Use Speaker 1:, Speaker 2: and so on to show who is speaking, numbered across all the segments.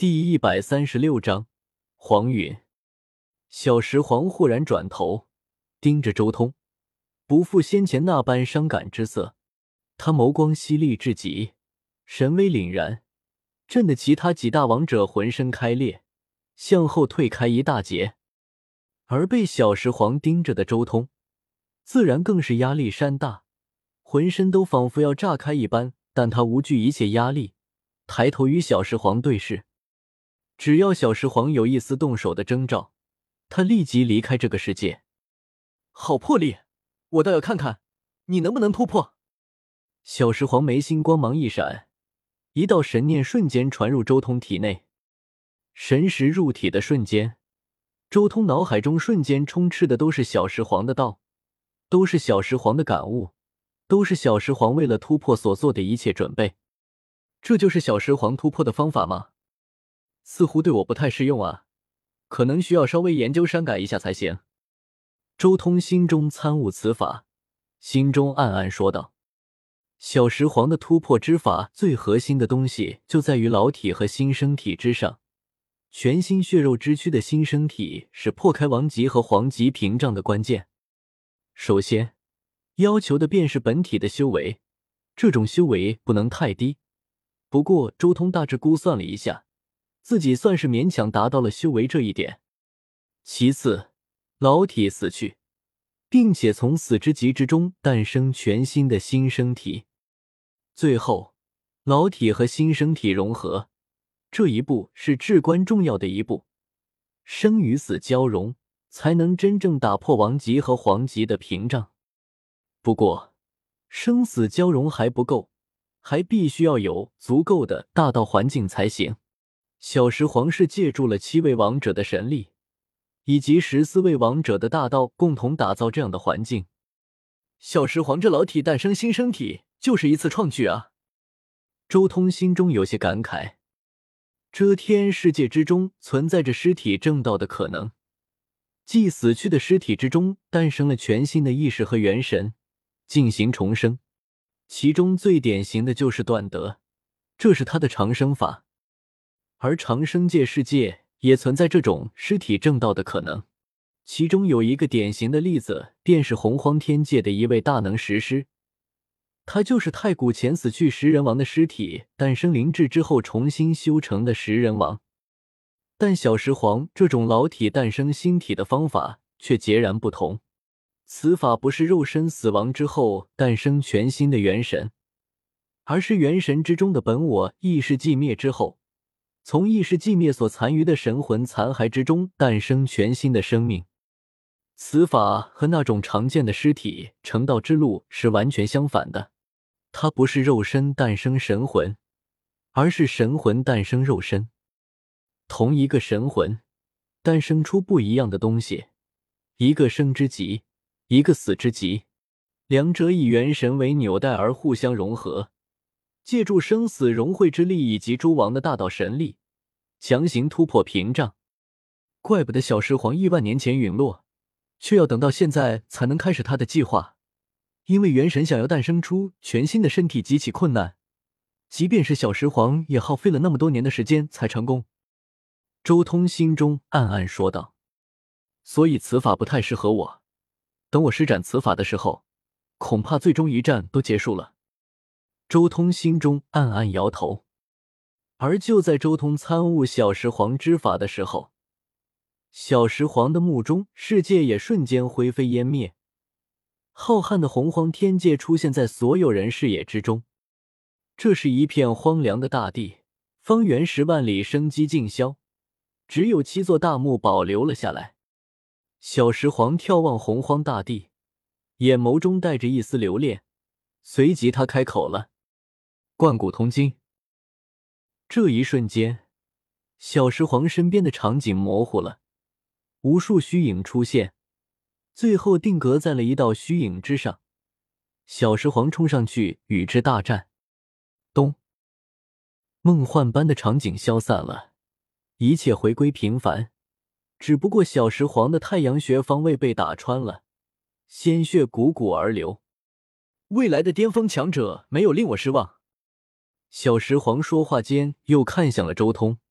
Speaker 1: 第136章黄允。小石皇忽然转头盯着周通，不复先前那般伤感之色，他眸光犀利至极，神威凛然，震得其他几大王者浑身开裂，向后退开一大截。而被小石皇盯着的周通自然更是压力山大，浑身都仿佛要炸开一般，但他无惧一切压力，抬头与小石皇对视。只要小石皇有一丝动手的征兆，他立即离开这个世界。好魄力，我倒要看看你能不能突破。小石皇眉心光芒一闪，一道神念瞬间传入周通体内。神识入体的瞬间，周通脑海中瞬间充斥的都是小石皇的道，都是小石皇的感悟，都是小石皇为了突破所做的一切准备。这就是小石皇突破的方法吗？似乎对我不太适用啊，可能需要稍微研究删改一下才行。周通心中参悟此法，心中暗暗说道。小石皇的突破之法最核心的东西就在于老体和新生体之上，全新血肉之躯的新生体是破开王级和皇级屏障的关键。首先要求的便是本体的修为，这种修为不能太低，不过周通大致估算了一下，自己算是勉强达到了修为这一点。其次，老体死去，并且从死之极之中诞生全新的新生体。最后，老体和新生体融合，这一步是至关重要的一步。生与死交融，才能真正打破王级和皇级的屏障。不过，生死交融还不够，还必须要有足够的大道环境才行。小石皇是借助了7位王者的神力，以及14位王者的大道，共同打造这样的环境。小石皇这老体诞生新生体，就是一次创举啊！周通心中有些感慨。遮天世界之中存在着尸体正道的可能，即死去的尸体之中诞生了全新的意识和元神，进行重生。其中最典型的就是段德，这是他的长生法。而长生界世界也存在这种尸体正道的可能，其中有一个典型的例子，便是洪荒天界的一位大能石狮，他就是太古前死去食人王的尸体诞生灵智之后重新修成的食人王。但小石皇这种老体诞生新体的方法却截然不同，此法不是肉身死亡之后诞生全新的元神，而是元神之中的本我意识寂灭之后，从意识寂灭所残余的神魂残骸之中诞生全新的生命。此法和那种常见的尸体成道之路是完全相反的，它不是肉身诞生神魂，而是神魂诞生肉身。同一个神魂诞生出不一样的东西，一个生之极，一个死之极，两者以元神为纽带而互相融合，借助生死融汇之力以及诸王的大道神力，强行突破屏障。怪不得小石皇亿万年前陨落，却要等到现在才能开始他的计划，因为元神想要诞生出全新的身体极其困难，即便是小石皇也耗费了那么多年的时间才成功。周通心中暗暗说道。所以此法不太适合我，等我施展此法的时候，恐怕最终一战都结束了。周通心中暗暗摇头。而就在周通参悟小石皇之法的时候，小石皇的目中世界也瞬间灰飞烟灭，浩瀚的洪荒天界出现在所有人视野之中。这是一片荒凉的大地，方圆10万里生机尽消，只有7座大墓保留了下来。小石皇眺望洪荒大地，眼眸中带着一丝留恋，随即他开口了：贯古通今。这一瞬间，小石皇身边的场景模糊了，无数虚影出现，最后定格在了一道虚影之上。小石皇冲上去与之大战。咚！梦幻般的场景消散了，一切回归平凡，只不过小石皇的太阳穴方位被打穿了，鲜血汩汩而流。未来的巅峰强者没有令我失望。小石皇说话间又看向了周通，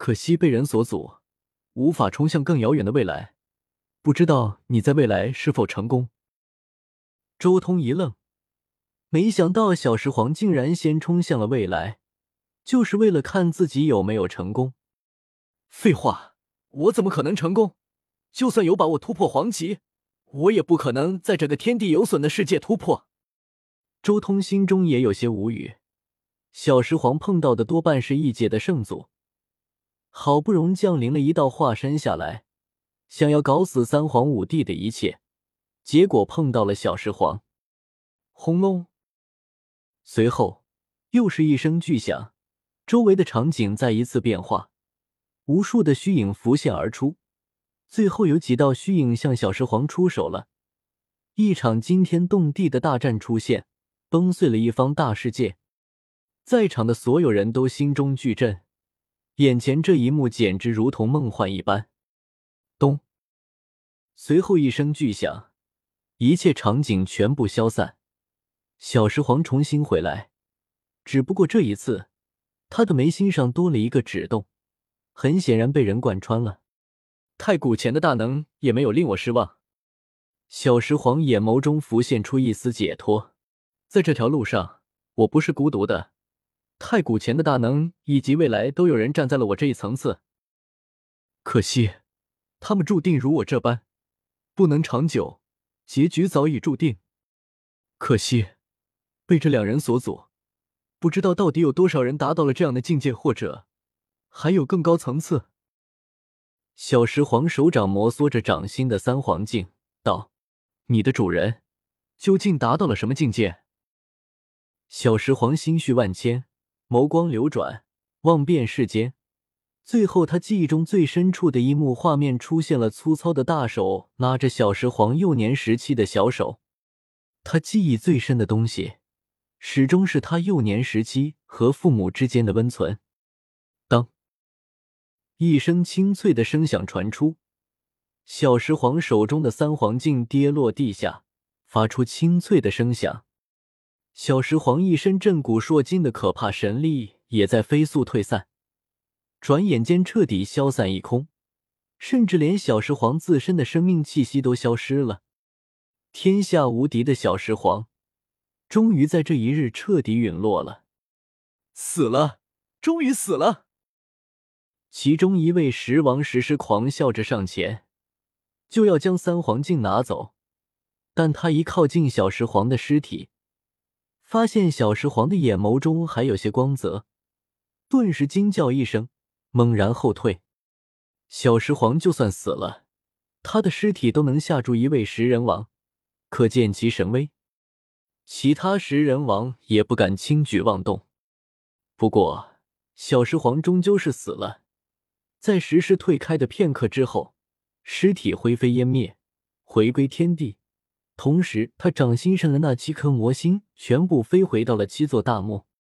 Speaker 1: 可惜被人所阻，无法冲向更遥远的未来。不知道你在未来是否成功？”周通一愣，没想到小石皇竟然先冲向了未来，就是为了看自己有没有成功。废话，我怎么可能成功？就算有把握突破黄级，我也不可能在这个天地有损的世界突破。周通心中也有些无语，小石皇碰到的多半是异界的圣祖，好不容易降临了一道化身下来，想要搞死三皇五帝的一切，结果碰到了小石皇。轰隆！随后又是一声巨响，周围的场景再一次变化，无数的虚影浮现而出，最后有几道虚影向小石皇出手了。一场惊天动地的大战出现，崩碎了一方大世界。在场的所有人都心中巨震，眼前这一幕简直如同梦幻一般。咚！随后一声巨响，一切场景全部消散，小石皇重新回来，只不过这一次他的眉心上多了一个指洞，很显然被人贯穿了。太古前的大能也没有令我失望。小石皇眼眸中浮现出一丝解脱，在这条路上我不是孤独的，太古前的大能以及未来都有人站在了我这一层次。可惜他们注定如我这般不能长久，结局早已注定。可惜被这两人所阻，不知道到底有多少人达到了这样的境界，或者还有更高层次。小石皇手掌摩挲着掌心的三皇镜，道：“你的主人究竟达到了什么境界？”小石皇心绪万千，眸光流转，望遍世间。最后他记忆中最深处的一幕画面出现了，粗糙的大手拉着小石皇幼年时期的小手。他记忆最深的东西始终是他幼年时期和父母之间的温存。当一声清脆的声响传出，小石皇手中的三皇镜跌落地下，发出清脆的声响。小石皇一身震古烁今的可怕神力也在飞速退散，转眼间彻底消散一空，甚至连小石皇自身的生命气息都消失了。天下无敌的小石皇终于在这一日彻底陨落了。死了，终于死了！其中一位石王石狮狂笑着上前，就要将三皇镜拿走，但他一靠近小石皇的尸体，发现小石皇的眼眸中还有些光泽，顿时惊叫一声，猛然后退。小石皇就算死了，他的尸体都能吓住一位食人王，可见其神威。其他食人王也不敢轻举妄动。不过小石皇终究是死了，在石狮退开的片刻之后，尸体灰飞烟灭，回归天地。同时他掌心上的那7颗魔星全部飞回到了7座大墓。